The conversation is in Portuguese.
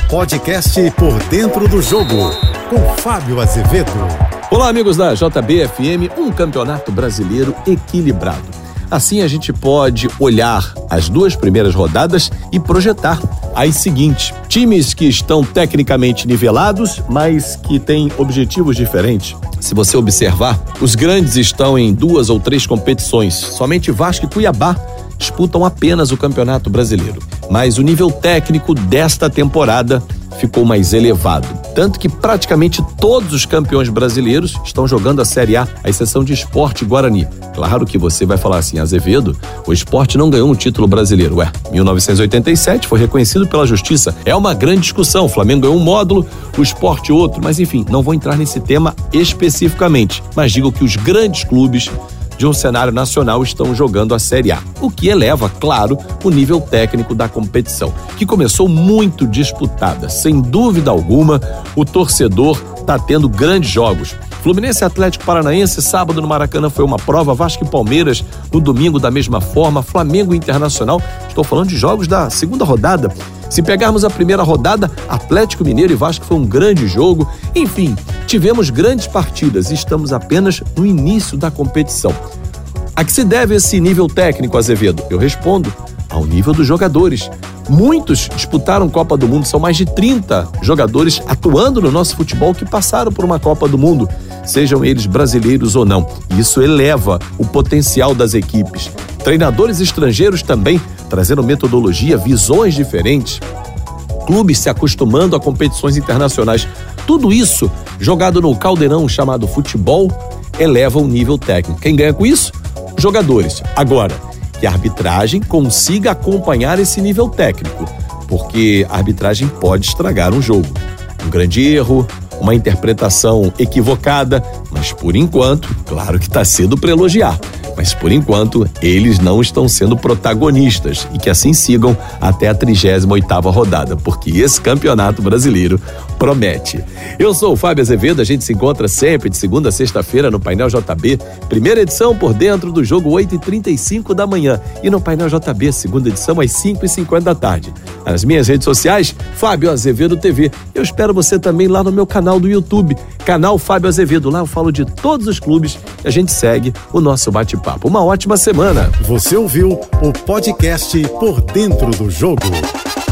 Podcast Por Dentro do Jogo, com Fábio Azevedo. Olá, amigos da JB-FM, um campeonato brasileiro equilibrado. Assim a gente pode olhar as duas primeiras rodadas e projetar as seguintes. Times que estão tecnicamente nivelados, mas que têm objetivos diferentes. Se você observar, os grandes estão em 2 ou 3 competições. Somente Vasco e Cuiabá disputam apenas o Campeonato Brasileiro. Mas o nível técnico desta temporada ficou mais elevado. Tanto que praticamente todos os campeões brasileiros estão jogando a Série A, à exceção de Sport e Guarani. Claro que você vai falar assim, Azevedo, o Sport não ganhou um título brasileiro. 1987 foi reconhecido pela Justiça. É uma grande discussão. O Flamengo ganhou um módulo, o Sport outro. Mas enfim, não vou entrar nesse tema especificamente. Mas digo que os grandes clubes de um cenário nacional estão jogando a Série A, o que eleva, claro, o nível técnico da competição, que começou muito disputada. Sem dúvida alguma, o torcedor está tendo grandes jogos. Fluminense e Atlético Paranaense, sábado no Maracanã foi uma prova, Vasco e Palmeiras no domingo da mesma forma, Flamengo e Internacional, estou falando de jogos da segunda rodada. Se pegarmos a primeira rodada, Atlético Mineiro e Vasco foi um grande jogo. Enfim, tivemos grandes partidas e estamos apenas no início da competição. A que se deve esse nível técnico, Azevedo? Eu respondo, ao nível dos jogadores. Muitos disputaram Copa do Mundo, são mais de 30 jogadores atuando no nosso futebol que passaram por uma Copa do Mundo, sejam eles brasileiros ou não. Isso eleva o potencial das equipes. Treinadores estrangeiros também trazendo metodologia, visões diferentes, clubes se acostumando a competições internacionais. Tudo isso, jogado no caldeirão chamado futebol, eleva o nível técnico. Quem ganha com isso? Jogadores. Agora, que a arbitragem consiga acompanhar esse nível técnico, porque a arbitragem pode estragar um jogo. Um grande erro, uma interpretação equivocada, mas por enquanto, claro que está cedo para elogiar, mas por enquanto eles não estão sendo protagonistas e que assim sigam até a 38ª rodada, porque esse campeonato brasileiro promete. Eu sou o Fábio Azevedo, a gente se encontra sempre de segunda a sexta-feira no Painel JB, primeira edição Por Dentro do Jogo, 8h35 da manhã, e no Painel JB, segunda edição, às 5h50 da tarde. Nas minhas redes sociais, Fábio Azevedo TV. Eu espero você também lá no meu canal do YouTube, canal Fábio Azevedo. Lá eu falo de todos os clubes e a gente segue o nosso bate-papo. Uma ótima semana. Você ouviu o podcast Por Dentro do Jogo.